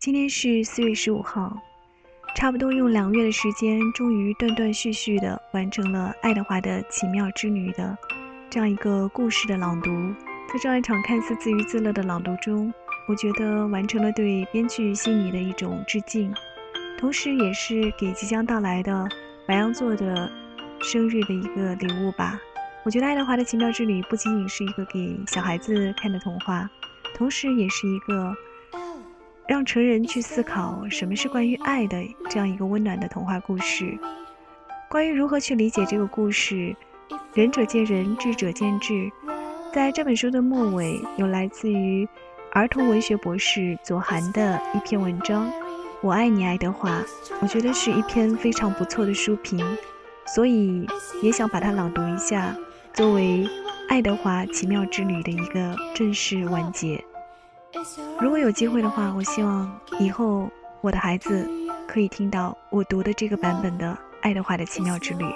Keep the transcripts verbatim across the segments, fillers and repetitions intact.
今天是四月十五号，差不多用两个月的时间，终于断断续续地完成了爱德华的奇妙之旅的这样一个故事的朗读。在这样一场看似自娱自乐的朗读中，我觉得完成了对编剧心里的一种致敬，同时也是给即将到来的白羊座的生日的一个礼物吧。我觉得爱德华的奇妙之旅不仅仅是一个给小孩子看的童话，同时也是一个让成人去思考什么是关于爱的这样一个温暖的童话故事。关于如何去理解这个故事，仁者见仁，智者见智。在这本书的末尾，有来自于儿童文学博士左涵的一篇文章《我爱你，爱德华》，我觉得是一篇非常不错的书评，所以也想把它朗读一下，作为爱德华奇妙之旅的一个正式完结。如果有机会的话，我希望以后我的孩子可以听到我读的这个版本的爱德华的奇妙之旅。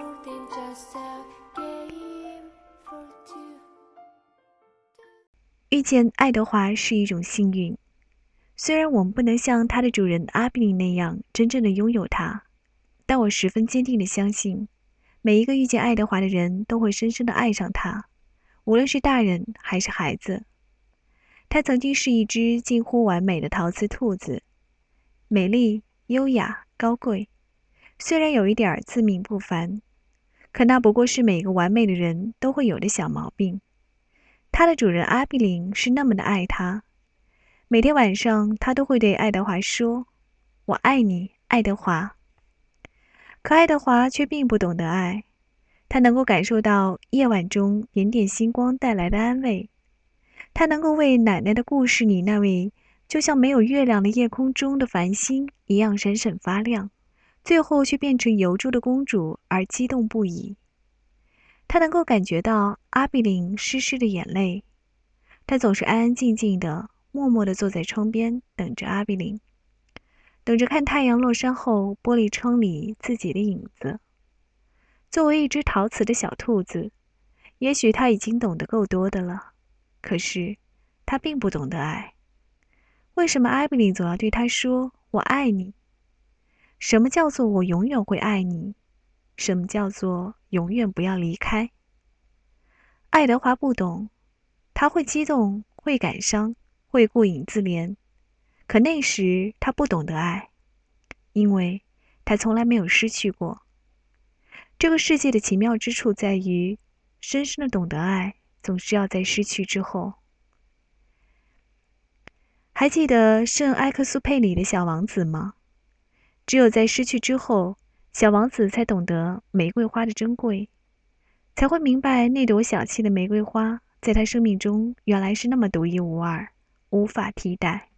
遇见爱德华是一种幸运，虽然我们不能像他的主人阿比林那样真正的拥有他，但我十分坚定地相信，每一个遇见爱德华的人都会深深地爱上他，无论是大人还是孩子。它曾经是一只近乎完美的陶瓷兔子，美丽、优雅、高贵，虽然有一点自命不凡，可那不过是每个完美的人都会有的小毛病。它的主人阿比林是那么的爱它，每天晚上他都会对爱德华说：“我爱你，爱德华。”可爱德华却并不懂得爱，他能够感受到夜晚中点点星光带来的安慰。他能够为奶奶的故事里那位就像没有月亮的夜空中的繁星一样闪闪发亮，最后却变成油珠的公主而激动不已。他能够感觉到阿比林湿湿的眼泪，他总是安安静静的默默地坐在窗边等着阿比林，等着看太阳落山后玻璃窗里自己的影子。作为一只陶瓷的小兔子，也许他已经懂得够多的了，可是他并不懂得爱。为什么阿比林总要对他说我爱你？什么叫做我永远会爱你？什么叫做永远不要离开？爱德华不懂，他会激动，会感伤，会顾影自怜，可那时他不懂得爱，因为他从来没有失去过。这个世界的奇妙之处在于，深深的懂得爱总是要在失去之后。还记得圣埃克苏佩里的小王子吗？只有在失去之后，小王子才懂得玫瑰花的珍贵，才会明白那朵小气的玫瑰花在他生命中原来是那么独一无二，无法替代。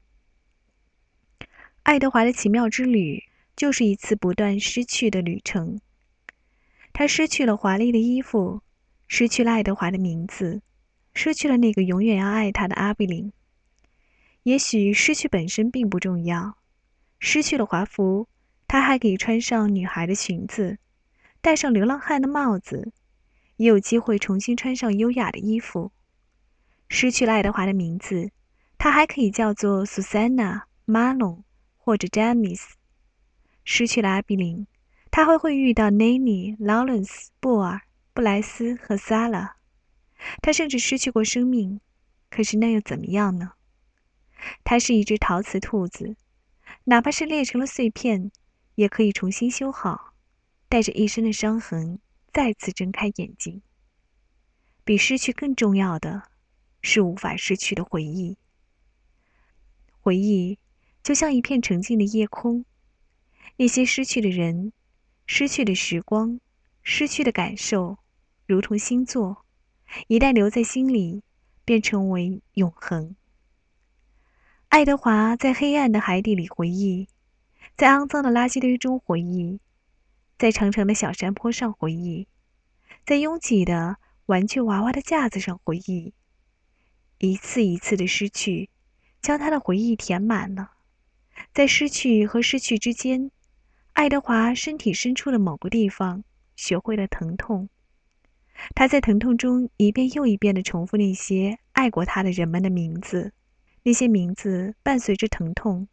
爱德华的奇妙之旅就是一次不断失去的旅程。他失去了华丽的衣服，失去了爱德华的名字，失去了那个永远要爱他的阿比林。也许失去本身并不重要，失去了华服，他还可以穿上女孩的裙子，戴上流浪汉的帽子，也有机会重新穿上优雅的衣服。失去了爱德华的名字，他还可以叫做 Susanna、Marlon 或者 Janice。失去了阿比林，他还会遇到 Nanny、Lawrence、布尔、布莱斯和萨拉。他甚至失去过生命，可是那又怎么样呢？他是一只陶瓷兔子，哪怕是裂成了碎片，也可以重新修好，带着一身的伤痕再次睁开眼睛。比失去更重要的是无法失去的回忆。回忆就像一片澄净的夜空，那些失去的人，失去的时光，失去的感受，如同星座，一旦留在心里，便成为永恒。爱德华在黑暗的海底里回忆，在肮脏的垃圾堆中回忆，在长长的小山坡上回忆，在拥挤的玩具娃娃的架子上回忆。一次一次的失去，将他的回忆填满了。在失去和失去之间，爱德华身体深处的某个地方学会了疼痛。他在疼痛中一遍又一遍地重复那些爱过他的人们的名字。那些名字伴随着疼痛，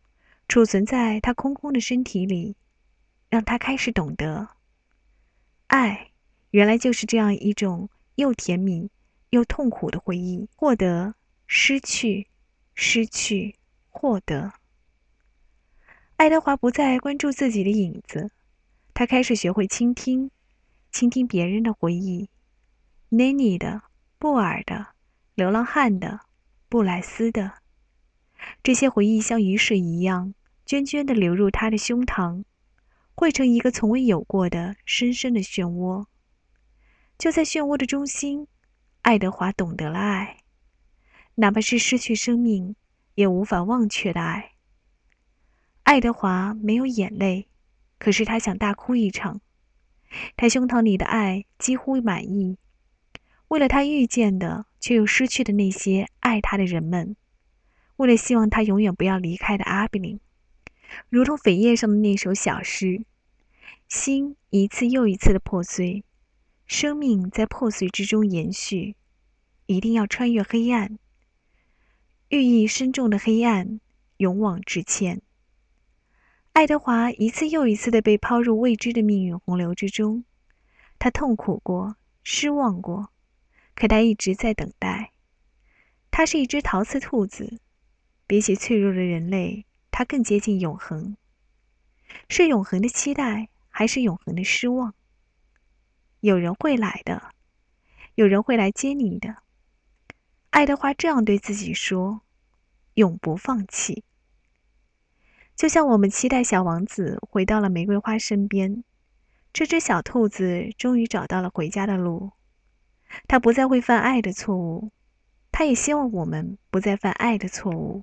储存在他空空的身体里，让他开始懂得，爱原来就是这样一种又甜蜜又痛苦的回忆，获得、失去、失去、获得。爱德华不再关注自己的影子，他开始学会倾听，倾听别人的回忆，内尼的、布尔的、流浪汉的、布莱斯的。这些回忆像雨水一样涓涓地流入他的胸膛，汇成一个从未有过的深深的漩涡。就在漩涡的中心，爱德华懂得了爱，哪怕是失去生命也无法忘却的爱。爱德华没有眼泪，可是他想大哭一场。他胸膛里的爱几乎满意，为了他遇见的却又失去的那些爱他的人们，为了希望他永远不要离开的阿比林，如同扉页上的那首小诗，心一次又一次的破碎，生命在破碎之中延续，一定要穿越黑暗，寓意深重的黑暗，勇往直前。爱德华一次又一次地被抛入未知的命运洪流之中，他痛苦过，失望过，可他一直在等待。他是一只陶瓷兔子，比起脆弱的人类，他更接近永恒。是永恒的期待，还是永恒的失望？有人会来的，有人会来接你的。爱德华这样对自己说，永不放弃。就像我们期待小王子回到了玫瑰花身边，这只小兔子终于找到了回家的路。它不再会犯爱的错误，它也希望我们不再犯爱的错误。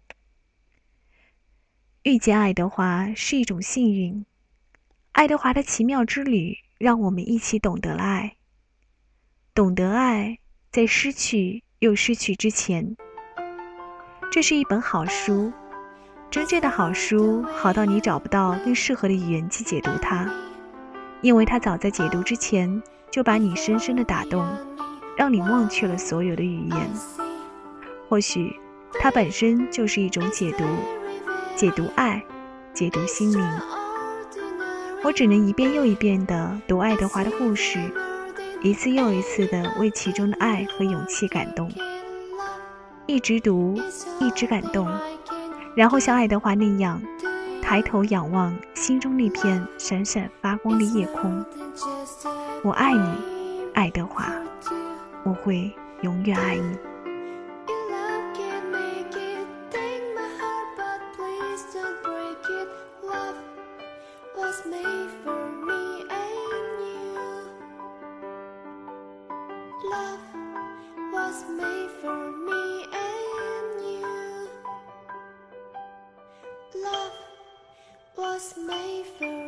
遇见爱德华是一种幸运，爱德华的奇妙之旅让我们一起懂得了爱。懂得爱，在失去又失去之前。这是一本好书，真正的好书好到你找不到更适合的语言去解读它，因为它早在解读之前就把你深深地打动，让你忘却了所有的语言。或许它本身就是一种解读，解读爱，解读心灵。我只能一遍又一遍地读爱德华的故事，一次又一次地为其中的爱和勇气感动，一直读，一直感动，然后像爱德华那样抬头仰望心中那片闪闪发光的夜空。我爱你，爱德华，我会永远爱你。 Was made for